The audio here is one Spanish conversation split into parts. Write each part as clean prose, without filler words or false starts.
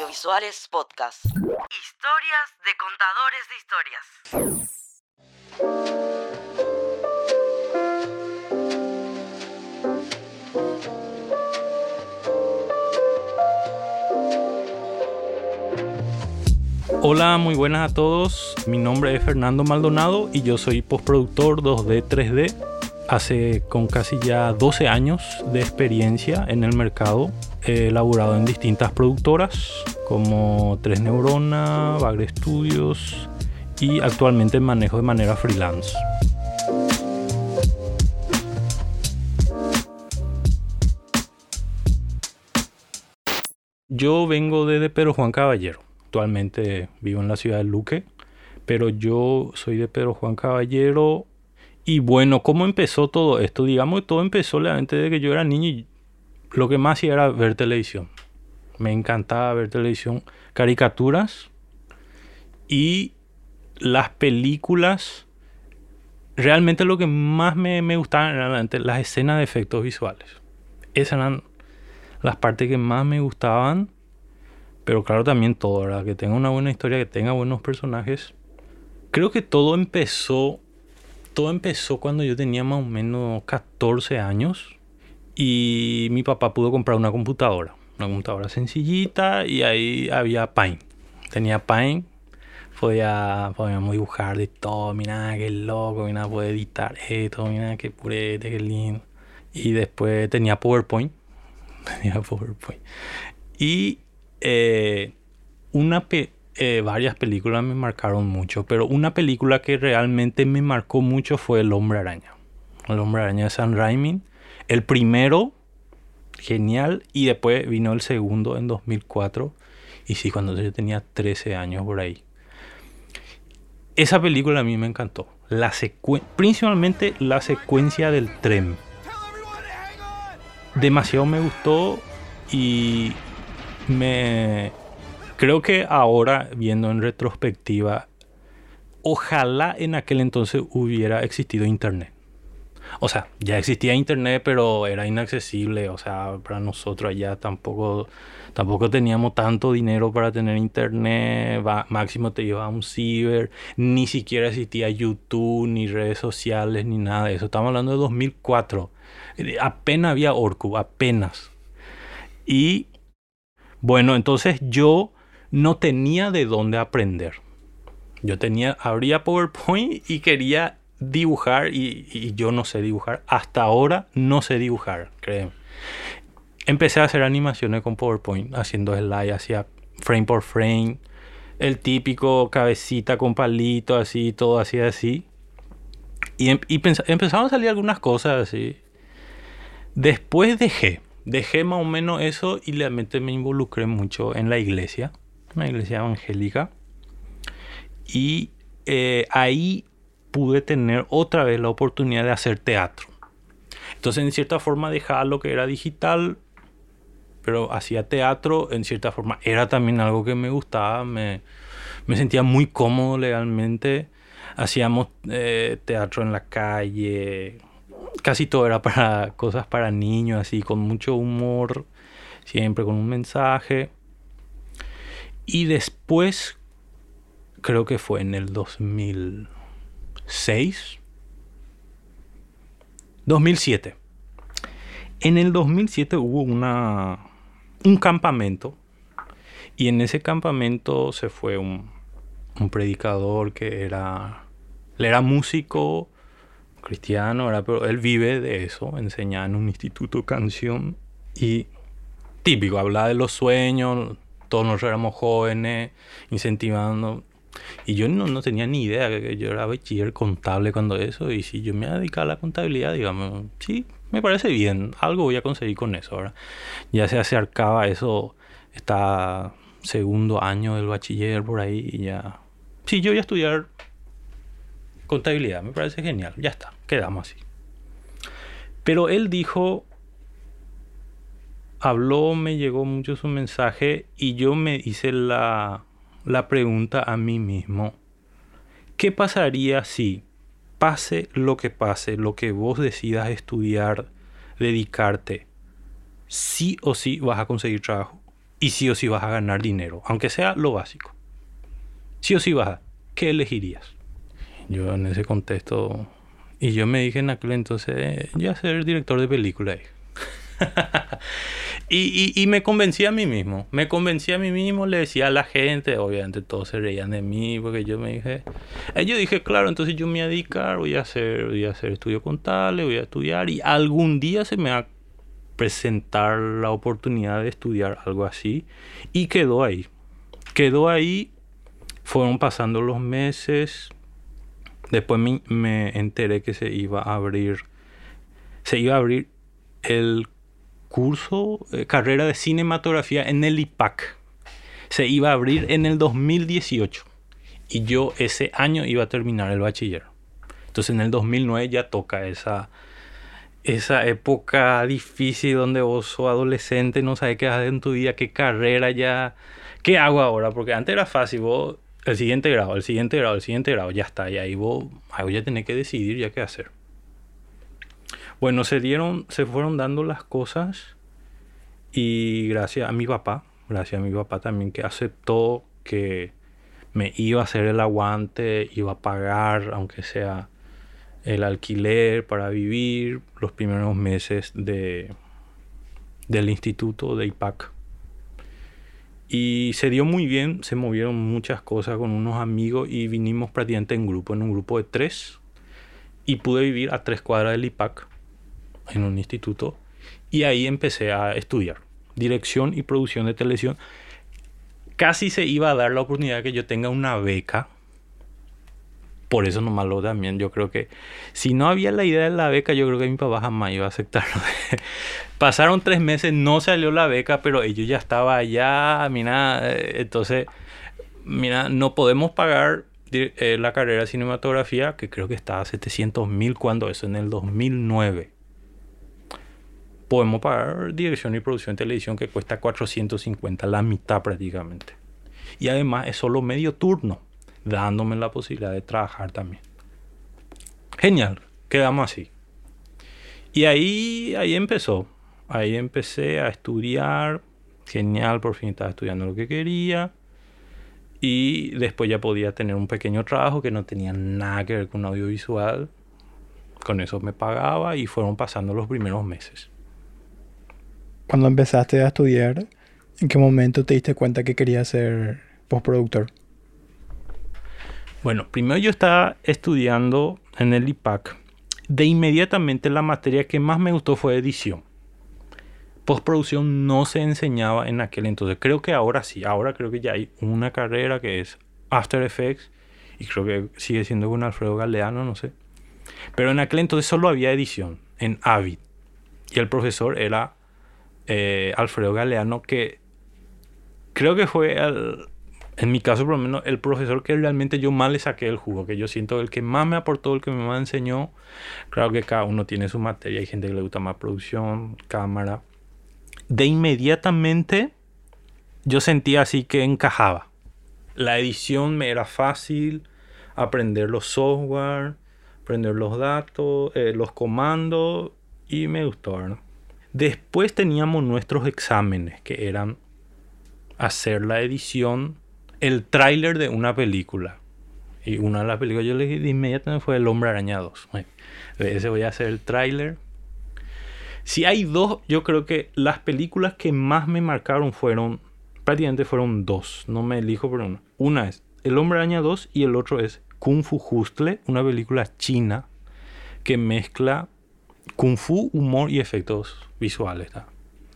Audiovisuales Podcast. Historias de contadores de historias. Hola, muy buenas a todos. Mi nombre es Fernando Maldonado y yo soy postproductor 2D, 3D. Hace con casi ya 12 años de experiencia en el mercado. He laborado en distintas productoras como 3 Neurona, Bagre Studios y actualmente manejo de manera freelance. Yo vengo de Pedro Juan Caballero. Actualmente vivo en la ciudad de Luque, pero yo soy de Pedro Juan Caballero. Y bueno, ¿cómo empezó todo esto? Digamos que todo empezó realmente desde que yo era niño y lo que más hacía era ver televisión. Me encantaba ver televisión, caricaturas y las películas. Realmente lo que más me gustaban eran realmente las escenas de efectos visuales. Esas eran las partes que más me gustaban. Pero claro, también todo, ¿verdad? Que tenga una buena historia, que tenga buenos personajes. Creo que todo empezó cuando yo tenía más o menos 14 años. Y mi papá pudo comprar una computadora sencillita, y ahí había Paint. Tenía Paint, podíamos dibujar de todo. Mira qué loco, mira, puedo editar esto, mira qué purete, qué lindo. Y después tenía PowerPoint. Y varias películas me marcaron mucho, pero una película que realmente me marcó mucho fue El Hombre Araña. El Hombre Araña de Sam Raimi. El primero, genial, y después vino el segundo en 2004. Y sí, cuando yo tenía 13 años por ahí. Esa película a mí me encantó. Principalmente la secuencia del tren. Demasiado me gustó y creo que ahora, viendo en retrospectiva, ojalá en aquel entonces hubiera existido internet. O sea, ya existía internet, pero era inaccesible. O sea, para nosotros allá tampoco teníamos tanto dinero para tener internet. Máximo te iba a un ciber. Ni siquiera existía YouTube, ni redes sociales, ni nada de eso. Estamos hablando de 2004. Apenas había Orkut, apenas. Y bueno, entonces yo no tenía de dónde aprender. Abría PowerPoint y quería dibujar y yo no sé dibujar. Hasta ahora no sé dibujar, créeme. Empecé a hacer animaciones con PowerPoint, haciendo slide, hacía frame por frame. El típico cabecita con palito, así, todo hacía así. Y empezaron a salir algunas cosas así. Después dejé más o menos eso y realmente me involucré mucho en la iglesia, una iglesia evangélica. Y ahí pude tener otra vez la oportunidad de hacer teatro. Entonces, en cierta forma, dejaba lo que era digital, pero hacía teatro. En cierta forma, era también algo que me gustaba. Me sentía muy cómodo legalmente. Hacíamos teatro en la calle. Casi todo era para cosas para niños, así, con mucho humor, siempre con un mensaje. Y después, creo que fue en el 2007. En el 2007 hubo un campamento. Y en ese campamento se fue un predicador que él era músico cristiano, pero él vive de eso, enseña en un instituto canción. Y típico, hablaba de los sueños. Todos nosotros éramos jóvenes, incentivando. Y yo no tenía ni idea que yo era bachiller contable cuando eso. Y si yo me dedicaba a la contabilidad, digamos, sí, me parece bien. Algo voy a conseguir con eso, ¿verdad? Ya se acercaba eso, está segundo año del bachiller por ahí y ya. Sí, yo voy a estudiar contabilidad, me parece genial. Ya está, quedamos así. Pero él habló, me llegó mucho su mensaje y yo me hice la pregunta a mí mismo: ¿qué pasaría si, pase, lo que vos decidas estudiar, dedicarte, sí o sí vas a conseguir trabajo? y sí o sí vas a ganar dinero, aunque sea lo básico. Sí o sí vas a. ¿Qué elegirías? Yo en ese contexto... Y yo me dije en aquel entonces, yo voy a ser director de película. Y me convencí a mí mismo. Me convencí a mí mismo, le decía a la gente, obviamente todos se reían de mí, porque yo me dije... Yo dije, claro, entonces yo me voy a dedicar, voy a hacer estudio contable, voy a estudiar, y algún día se me va a presentar la oportunidad de estudiar algo así. Y quedó ahí. Quedó ahí, fueron pasando los meses. Después me enteré que se iba a abrir el curso, carrera de cinematografía en el IPAC. Se iba a abrir en el 2018 y yo ese año iba a terminar el bachiller. Entonces en el 2009 ya toca esa época difícil donde vos sos adolescente, no sabes qué hacer en tu vida, qué carrera ya, qué hago ahora, porque antes era fácil, vos el siguiente grado, ya está, y ahí vos ya tenés que decidir ya qué hacer. Bueno, se fueron dando las cosas y gracias a mi papá también, que aceptó que me iba a hacer el aguante, iba a pagar, aunque sea el alquiler para vivir los primeros meses del instituto de IPAC. Y se dio muy bien, se movieron muchas cosas con unos amigos y vinimos prácticamente en un grupo de 3. Y pude vivir a 3 cuadras del IPAC, en un instituto. Y ahí empecé a estudiar dirección y producción de televisión. Casi se iba a dar la oportunidad de que yo tenga una beca. Por eso nomás lo también, yo creo que si no había la idea de la beca, yo creo que mi papá jamás iba a aceptarlo. Pasaron 3 meses, no salió la beca, pero ellos ya estaban allá, mira, entonces, mira, no podemos pagar la carrera de cinematografía, que creo que estaba a 700,000 cuando eso en el 2009. Podemos pagar dirección y producción de televisión, que cuesta 450, la mitad prácticamente. Y además es solo medio turno, dándome la posibilidad de trabajar también. Genial, quedamos así. Y ahí empezó. Ahí empecé a estudiar. Genial, por fin estaba estudiando lo que quería. Y después ya podía tener un pequeño trabajo que no tenía nada que ver con audiovisual. Con eso me pagaba y fueron pasando los primeros meses. Cuando empezaste a estudiar, ¿en qué momento te diste cuenta que querías ser postproductor? Bueno, primero yo estaba estudiando en el IPAC. De inmediatamente la materia que más me gustó fue edición. Postproducción no se enseñaba en aquel entonces. Creo que ahora sí. Ahora creo que ya hay una carrera que es After Effects. Y creo que sigue siendo con Alfredo Galeano, no sé. Pero en aquel entonces solo había edición en Avid. Y el profesor era Alfredo Galeano, que creo que fue, en mi caso por lo menos, el profesor que realmente yo más le saqué el jugo. Que yo siento el que más me aportó, el que más me enseñó. Claro que cada uno tiene su materia. Hay gente que le gusta más producción, cámara. De inmediatamente yo sentía así que encajaba. La edición me era fácil, aprender los software, aprender los datos, los comandos, y me gustó, ¿no? Después teníamos nuestros exámenes, que eran hacer la edición, el tráiler de una película. Y una de las películas yo le dije de inmediato fue El Hombre Araña 2. Bueno, de ese voy a hacer el tráiler. Si hay dos, yo creo que las películas que más me marcaron prácticamente fueron 2. No me elijo por una. Una es El Hombre Araña 2 y el otro es Kung Fu Hustle, una película china que mezcla Kung Fu, humor y efectos visuales, ¿no?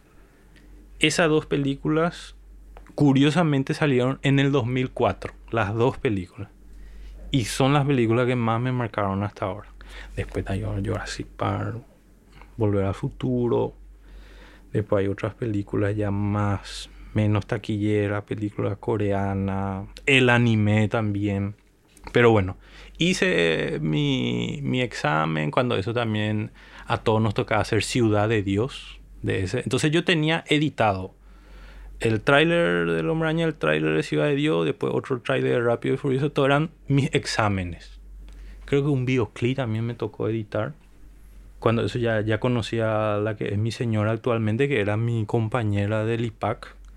Esas 2 películas curiosamente salieron en el 2004. Las 2 películas. Y son las películas que más me marcaron hasta ahora. Después hay Jurassic Park, Volver al Futuro. Después hay otras películas ya menos taquilleras, películas coreanas, el anime también. Pero bueno, hice mi examen cuando eso también a todos nos tocaba hacer Ciudad de Dios. Entonces yo tenía editado el tráiler del Hombre Araña, el tráiler de Ciudad de Dios, después otro tráiler de Rápido y Furioso. Todos eran mis exámenes. Creo que un videoclip también me tocó editar. Cuando eso ya conocía a la que es mi señora actualmente, que era mi compañera del IPAC.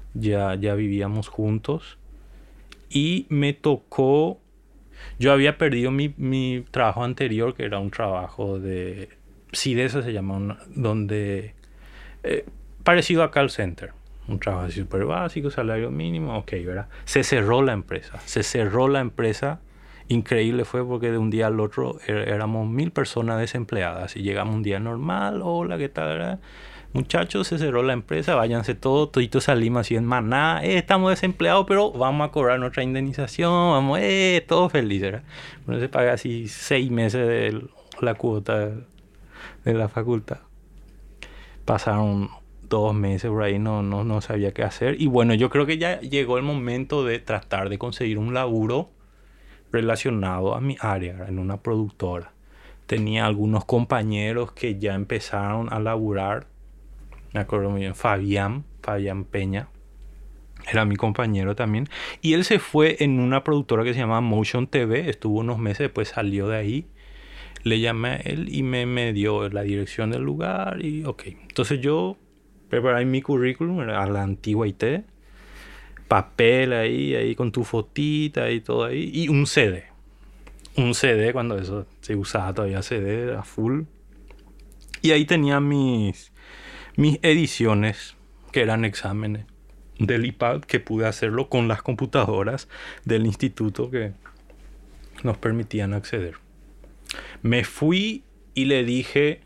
ya vivíamos juntos. Y me tocó... Yo había perdido mi trabajo anterior, que era un trabajo de... Sí, de eso se llama, donde... parecido a call center. Un trabajo así súper básico, salario mínimo, ok, ¿verdad? Se cerró la empresa. Increíble fue porque de un día al otro éramos 1,000 personas desempleadas. Y llegamos un día normal, hola, ¿qué tal? ¿Verdad? Muchachos, se cerró la empresa, váyanse toditos salimos así en maná, estamos desempleados, pero vamos a cobrar nuestra indemnización, vamos, todos felices, ¿verdad? Bueno, se paga así 6 meses de la cuota de la facultad. Pasaron 2 meses por ahí, no sabía qué hacer. Y bueno, yo creo que ya llegó el momento de tratar de conseguir un laburo relacionado a mi área, en una productora. Tenía algunos compañeros que ya empezaron a laburar. Me acuerdo muy bien, Fabián Peña, era mi compañero también. Y él se fue en una productora que se llama Motion TV, estuvo unos meses, después salió de ahí. Le llamé a él y me dio la dirección del lugar y ok. Entonces yo preparé mi currículum a la antigua IT, papel ahí con tu fotita y todo ahí, y un CD. Un CD, cuando eso se usaba todavía CD a full. Y ahí tenía mis ediciones, que eran exámenes del IPAD, que pude hacerlo con las computadoras del instituto que nos permitían acceder. Me fui y le dije,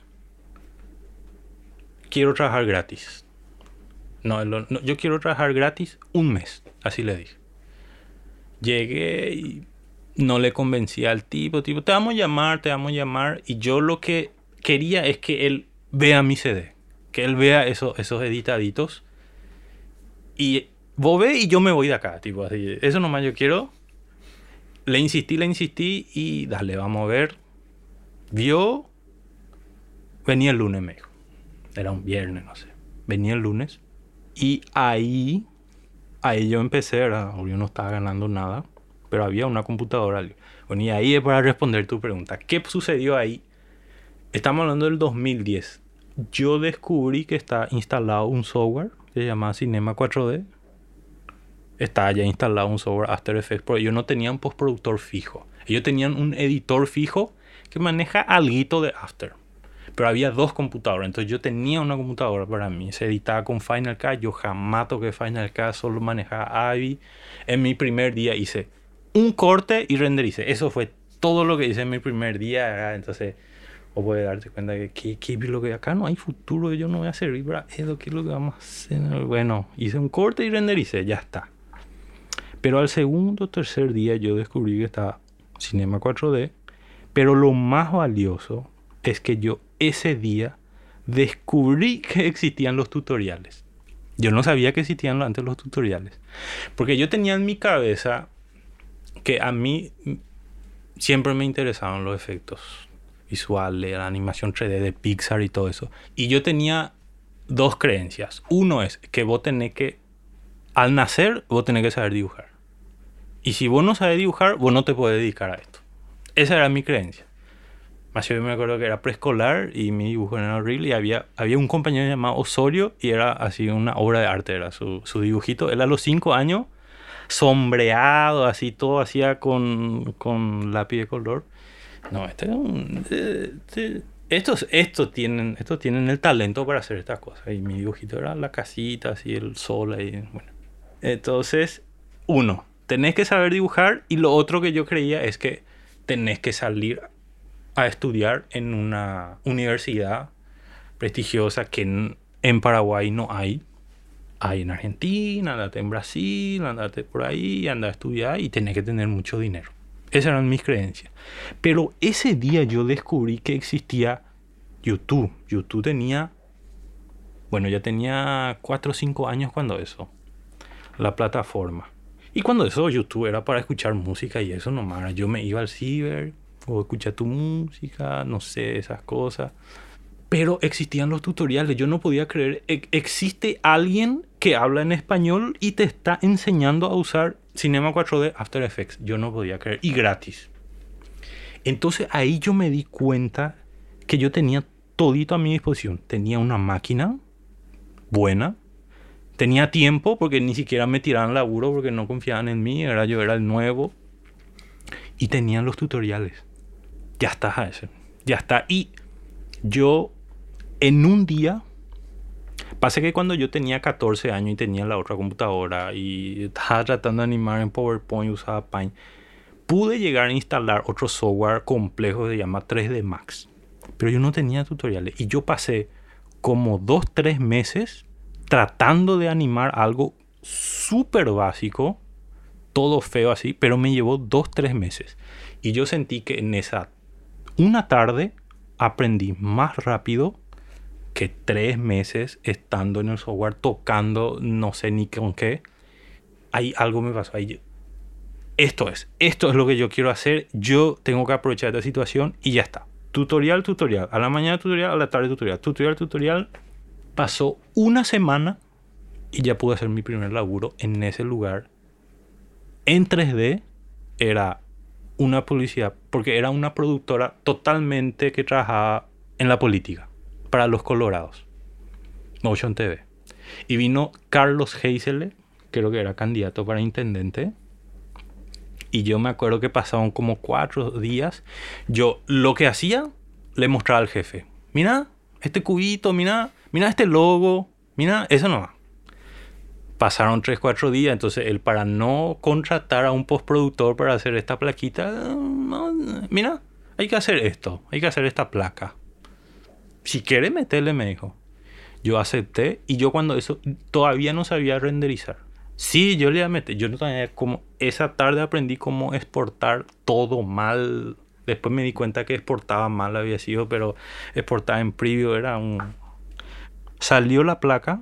quiero trabajar gratis. No, yo quiero trabajar gratis 1 mes, así le dije. Llegué y no le convencí al tipo, te vamos a llamar. Y yo lo que quería es que él vea mi CD. Que él vea esos editaditos. Y vos ve y yo me voy de acá, tipo así. Eso nomás yo quiero. Le insistí y dale, vamos a ver. Vio. Venía el lunes, me dijo. Era un viernes, no sé. Venía el lunes. Y ahí yo empecé, ¿verdad? Yo no estaba ganando nada. Pero había una computadora. Bueno, y ahí es para responder tu pregunta. ¿Qué sucedió ahí? Estamos hablando del 2010. Yo descubrí que está instalado un software que se llama Cinema 4D. Está ya instalado un software After Effects, pero ellos no tenían postproductor fijo. Ellos tenían un editor fijo que maneja alguito de After. Pero había 2 computadoras, entonces yo tenía una computadora para mí. Se editaba con Final Cut, yo jamás toqué Final Cut, solo manejaba Avi. En mi primer día hice un corte y rendericé. Eso fue todo lo que hice en mi primer día. Entonces... o puedes darte cuenta que lo que acá no hay futuro, yo no voy a servir para eso, ¿qué es lo que vamos a hacer? Bueno, hice un corte y rendericé, ya está. Pero al segundo o tercer día yo descubrí que estaba Cinema 4D, pero lo más valioso es que yo ese día descubrí que existían los tutoriales. Yo no sabía que existían antes los tutoriales, porque yo tenía en mi cabeza que a mí siempre me interesaban los efectos visuales, la animación 3D de Pixar y todo eso. Y yo tenía 2 creencias. Uno es que vos tenés que, al nacer, vos tenés que saber dibujar. Y si vos no sabes dibujar, vos no te podés dedicar a esto. Esa era mi creencia. Más yo me acuerdo que era preescolar y mi dibujo era horrible. Y había un compañero llamado Osorio y era así una obra de arte, era su dibujito. Él a los 5 años, sombreado, así todo hacía con lápiz de color. No, estos tienen el talento para hacer estas cosas. Y mi dibujito era la casita, así el sol ahí. Bueno. Entonces, uno, tenés que saber dibujar. Y lo otro que yo creía es que tenés que salir a estudiar en una universidad prestigiosa que en Paraguay no hay. Hay en Argentina, andate en Brasil, andate por ahí, anda a estudiar y tenés que tener mucho dinero. Esas eran mis creencias. Pero ese día yo descubrí que existía YouTube. YouTube tenía... bueno, ya tenía 4 o 5 años cuando eso. La plataforma. Y cuando eso YouTube era para escuchar música y eso nomás. Yo me iba al ciber o escuchar tu música, no sé, esas cosas. Pero existían los tutoriales. Yo no podía creer. Existe alguien que habla en español y te está enseñando a usar Cinema 4D After Effects. Yo no podía creer. Y gratis. Entonces ahí yo me di cuenta que yo tenía todito a mi disposición. Tenía una máquina buena. Tenía tiempo porque ni siquiera me tiraban laburo porque no confiaban en mí. Yo era el nuevo. Y tenían los tutoriales. Ya está, ese. Ya está. Y yo, en un día, pasa que cuando yo tenía 14 años y tenía la otra computadora y estaba tratando de animar en PowerPoint, usaba Paint, pude llegar a instalar otro software complejo que se llama 3D Max. Pero yo no tenía tutoriales. Y yo pasé como 2-3 meses tratando de animar algo súper básico, todo feo así, pero me llevó 2-3 meses. Y yo sentí que en una tarde aprendí más rápido que 3 meses estando en el software, tocando no sé ni con qué. Ahí algo me pasó. Esto es lo que yo quiero hacer. Yo tengo que aprovechar esta situación y ya está. Tutorial. A la mañana tutorial, a la tarde tutorial. Pasó una semana y ya pude hacer mi primer laburo en ese lugar. En 3D era una publicidad, porque era una productora totalmente que trabajaba en la política, para los colorados. Motion TV. Y vino Carlos Heisele, creo que era candidato para intendente. Y yo me acuerdo que pasaron como 4 días. Yo lo que hacía, le mostraba al jefe. Mira este cubito, mira este logo, mira, eso no va. Pasaron 3-4 días, entonces él, para no contratar a un postproductor para hacer esta plaquita, no, mira, hay que hacer esto, hay que hacer esta placa. Si quiere meterle, me dijo. Yo acepté y yo cuando eso todavía no sabía renderizar. Sí, yo le iba a meter, yo no sabía cómo, esa tarde aprendí cómo exportar todo mal. Después me di cuenta que exportaba mal había sido, pero exportar en preview era un... Salió la placa.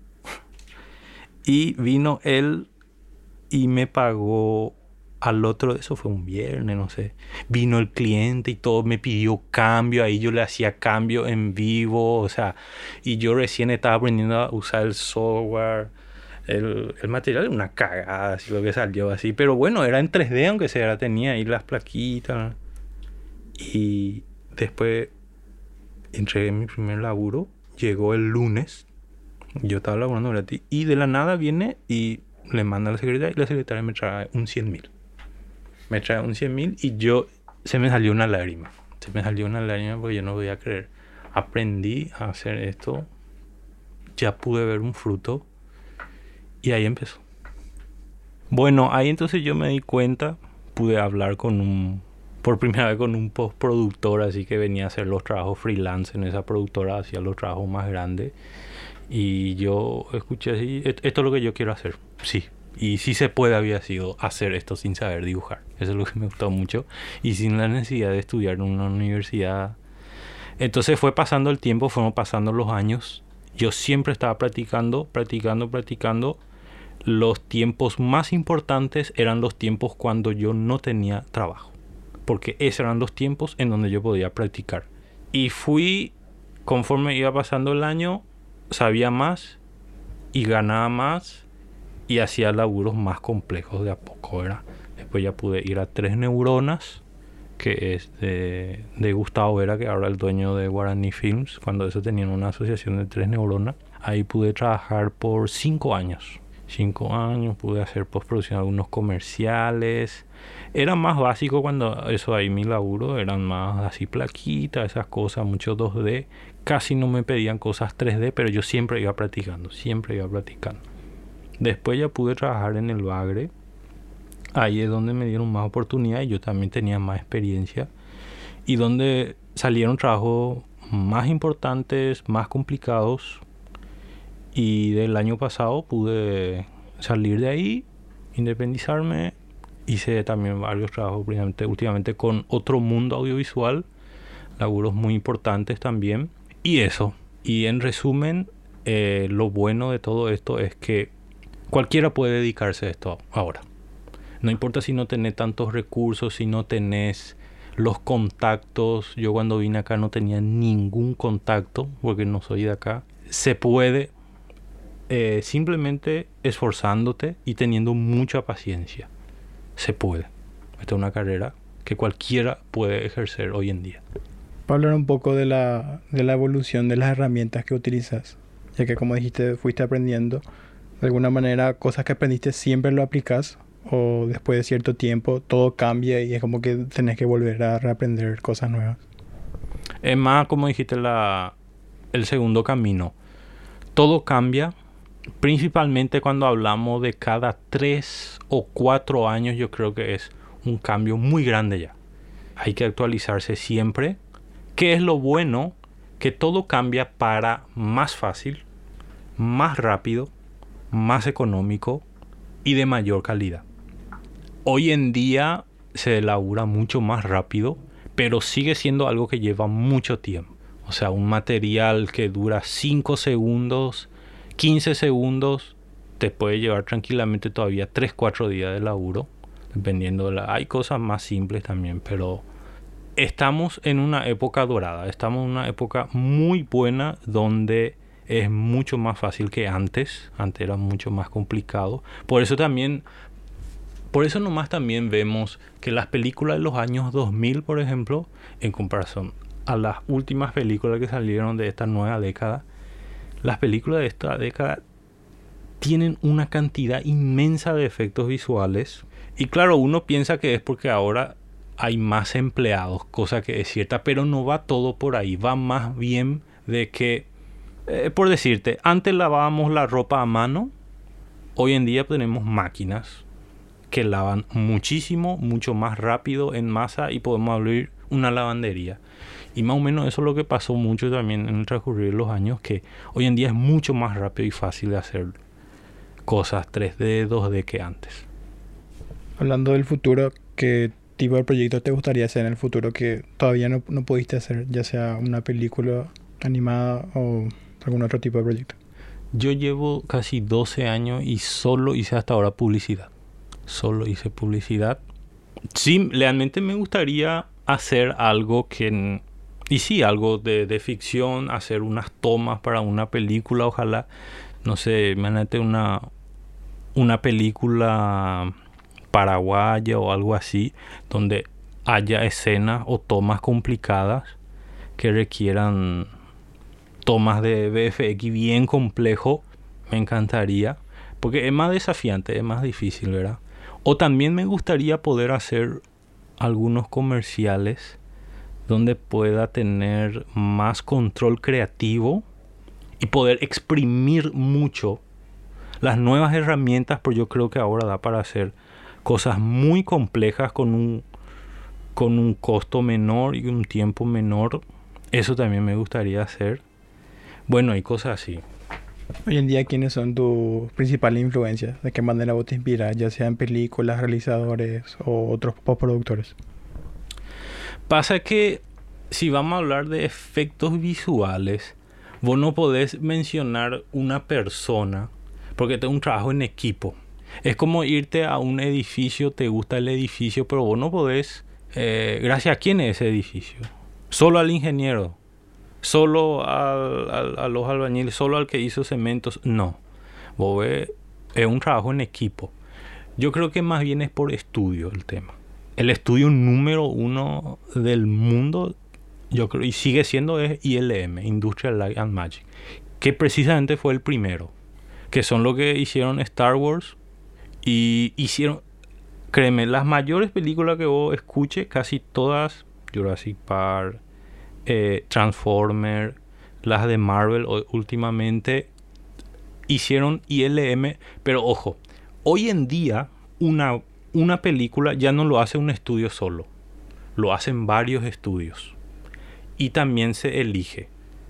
Y vino él y me pagó al otro, eso fue un viernes, no sé. Vino el cliente y todo, me pidió cambio, ahí yo le hacía cambio en vivo, o sea, y yo recién estaba aprendiendo a usar el software. El material era una cagada, así lo que salió así, pero bueno, era en 3D, aunque sea, tenía ahí las plaquitas. Y después entregué mi primer laburo, llegó el lunes. Yo estaba laburando gratis y de la nada viene y le manda a la secretaria y la secretaria me trae un 100.000. Me trae un 100.000 y yo se me salió una lágrima. Porque yo no podía creer. Aprendí a hacer esto, ya pude ver un fruto y ahí empezó. Bueno, ahí entonces yo me di cuenta, pude hablar por primera vez con un postproductor así que venía a hacer los trabajos freelance en esa productora, hacía los trabajos más grandes. Y yo escuché así, esto es lo que yo quiero hacer, sí. Y sí se puede, había sido hacer esto sin saber dibujar. Eso es lo que me gustó mucho. Y sin la necesidad de estudiar en una universidad. Entonces fue pasando el tiempo, fueron pasando los años. Yo siempre estaba practicando. Los tiempos más importantes eran los tiempos cuando yo no tenía trabajo. Porque esos eran los tiempos en donde yo podía practicar. Y fui, conforme iba pasando el año, sabía más y ganaba más y hacía laburos más complejos de a poco, ¿verdad? Después ya pude ir a 3 Neuronas, que es de Gustavo Vera, que ahora es el dueño de Guarani Films. Cuando eso tenían una asociación de 3 Neuronas, ahí pude trabajar por 5 años. 5 años pude hacer postproducción de algunos comerciales. Era más básico cuando eso ahí mi laburo, eran más así plaquitas, esas cosas, mucho 2D. Casi no me pedían cosas 3D, pero yo siempre iba practicando. Después ya pude trabajar en el Bagre. Ahí es donde me dieron más oportunidades y yo también tenía más experiencia. Y donde salieron trabajos más importantes, más complicados. Y del año pasado pude salir de ahí, independizarme. Hice también varios trabajos, últimamente con Otro Mundo Audiovisual. Laburos muy importantes también. Y eso. Y en resumen, lo bueno de todo esto es que cualquiera puede dedicarse a esto ahora. No importa si no tenés tantos recursos, si no tenés los contactos. Yo cuando vine acá no tenía ningún contacto porque no soy de acá. Se puede, simplemente esforzándote y teniendo mucha paciencia. Se puede. Esta es una carrera que cualquiera puede ejercer hoy en día. Para hablar un poco de la evolución de las herramientas que utilizas, ya que como dijiste fuiste aprendiendo, De alguna manera, cosas que aprendiste siempre lo aplicas o después de cierto tiempo todo cambia y es como que tenés que volver a reaprender cosas nuevas. Es más, como dijiste, el segundo camino. Todo cambia, principalmente cuando hablamos de cada 3 o 4 años, yo creo que es un cambio muy grande ya. Hay que actualizarse siempre. ¿Qué es lo bueno? Que todo cambia para más fácil, más rápido, más económico y de mayor calidad. Hoy en día se elabora mucho más rápido, pero sigue siendo algo que lleva mucho tiempo. O sea, un material que dura 5 segundos, 15 segundos, te puede llevar tranquilamente todavía 3-4 días de laburo, dependiendo de Hay cosas más simples también, pero estamos en una época dorada, estamos en una época muy buena donde es mucho más fácil que antes. Antes era mucho más complicado. Por eso nomás también vemos que las películas de los años 2000, por ejemplo, en comparación a las últimas películas que salieron de esta nueva década, las películas de esta década tienen una cantidad inmensa de efectos visuales. Y claro, uno piensa que es porque ahora hay más empleados, cosa que es cierta, pero no va todo por ahí. Va más bien de que, por decirte, antes lavábamos la ropa a mano, hoy en día tenemos máquinas que lavan muchísimo, mucho más rápido en masa y podemos abrir una lavandería. Y más o menos eso es lo que pasó mucho también en el transcurrir de los años, que hoy en día es mucho más rápido y fácil de hacer cosas 3D, 2D que antes. Hablando del futuro, ¿qué tipo de proyecto te gustaría hacer en el futuro que todavía no pudiste hacer? Ya sea una película animada o algún otro tipo de proyecto. Yo llevo casi 12 años y solo hice hasta ahora publicidad. Solo hice publicidad. Sí, realmente me gustaría hacer algo que... Y sí, algo de ficción, hacer unas tomas para una película, ojalá. No sé, imagínate una película paraguaya o algo así, donde haya escenas o tomas complicadas que requieran tomas de VFX bien complejo. Me encantaría, porque es más desafiante, es más difícil, ¿verdad? O también me gustaría poder hacer algunos comerciales donde pueda tener más control creativo y poder exprimir mucho las nuevas herramientas, pero yo creo que ahora da para hacer cosas muy complejas con un costo menor y un tiempo menor. Eso también me gustaría hacer. Bueno, y cosas así. Hoy en día, ¿quiénes son tus principales influencias? ¿De qué manera vos te inspiras? Ya sean películas, realizadores o otros postproductores. Pasa que si vamos a hablar de efectos visuales, vos no podés mencionar una persona porque es un trabajo en equipo. Es como irte a un edificio, te gusta el edificio, pero vos no podés... ¿gracias a quién es ese edificio? Solo al ingeniero, solo a los albañiles, solo al que hizo cementos. No, vos ves, es un trabajo en equipo. Yo creo que más bien es por estudio el tema. El estudio número 1 del mundo, yo creo, y sigue siendo, es ILM, Industrial Light and Magic, que precisamente fue el primero, que son lo que hicieron Star Wars y hicieron, créeme, las mayores películas que vos escuches, casi todas, Jurassic Park, Transformers, las de Marvel últimamente, hicieron ILM. Pero ojo, hoy en día una película ya no lo hace un estudio solo, lo hacen varios estudios y también se elige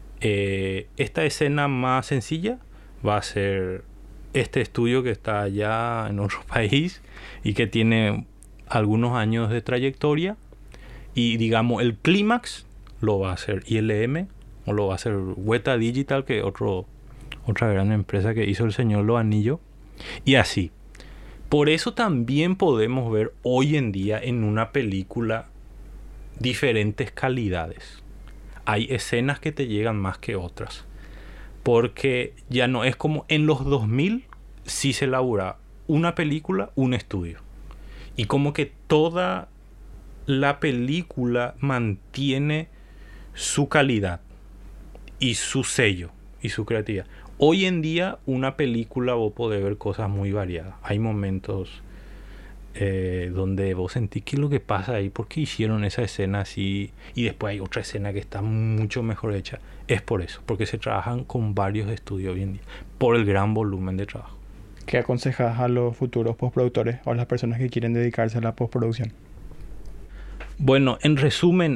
esta escena más sencilla va a ser este estudio que está allá en otro país y que tiene algunos años de trayectoria, y digamos el clímax lo va a hacer ILM o lo va a hacer Weta Digital, que es otra gran empresa que hizo El Señor Los Anillos, y así. Por eso también podemos ver hoy en día en una película diferentes calidades. Hay escenas que te llegan más que otras, porque ya no es como en los 2000, sí se elabora una película, un estudio, y como que toda la película mantiene su calidad y su sello y su creatividad. Hoy en día, una película vos podés ver cosas muy variadas. Hay momentos donde vos sentís qué es lo que pasa ahí, por qué hicieron esa escena así, y después hay otra escena que está mucho mejor hecha. Es por eso, porque se trabajan con varios estudios hoy en día, por el gran volumen de trabajo. ¿Qué aconsejas a los futuros postproductores o a las personas que quieren dedicarse a la postproducción? Bueno, en resumen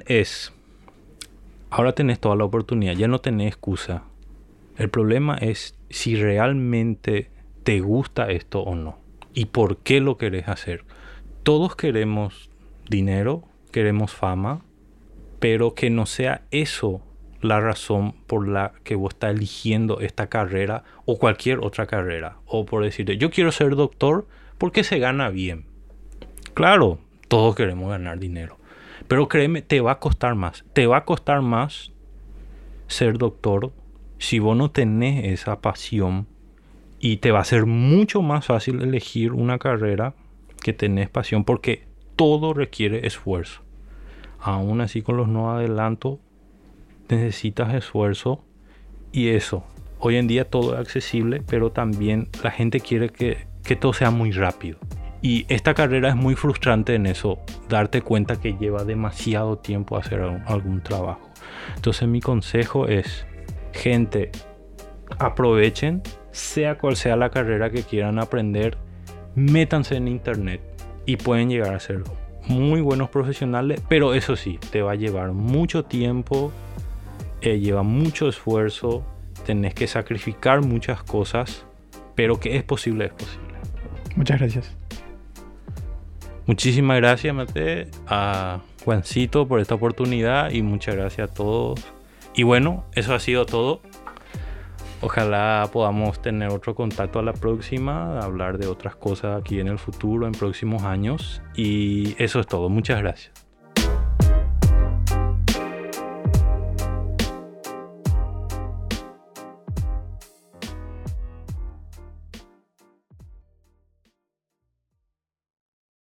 ahora tenés toda la oportunidad, ya no tenés excusa. El problema es si realmente te gusta esto o no. ¿Y por qué lo querés hacer? Todos queremos dinero, queremos fama, pero que no sea eso la razón por la que vos estás eligiendo esta carrera o cualquier otra carrera. O por decirte, yo quiero ser doctor porque se gana bien. Claro, todos queremos ganar dinero. Pero créeme, te va a costar más. Te va a costar más ser doctor si vos no tenés esa pasión. Y te va a ser mucho más fácil elegir una carrera que tenés pasión, porque todo requiere esfuerzo. Aún así, con los no adelantos, necesitas esfuerzo. Y eso, hoy en día todo es accesible, pero también la gente quiere que todo sea muy rápido. Y esta carrera es muy frustrante en eso, darte cuenta que lleva demasiado tiempo hacer algún trabajo. Entonces mi consejo es, gente, aprovechen, sea cual sea la carrera que quieran aprender, métanse en internet y pueden llegar a ser muy buenos profesionales, pero eso sí, te va a llevar mucho tiempo, lleva mucho esfuerzo, tenés que sacrificar muchas cosas, pero que es posible, es posible. Muchas gracias. Muchísimas gracias, Mate, a Juancito por esta oportunidad y muchas gracias a todos. Y bueno, eso ha sido todo. Ojalá podamos tener otro contacto a la próxima, hablar de otras cosas aquí en el futuro, en próximos años. Y eso es todo. Muchas gracias.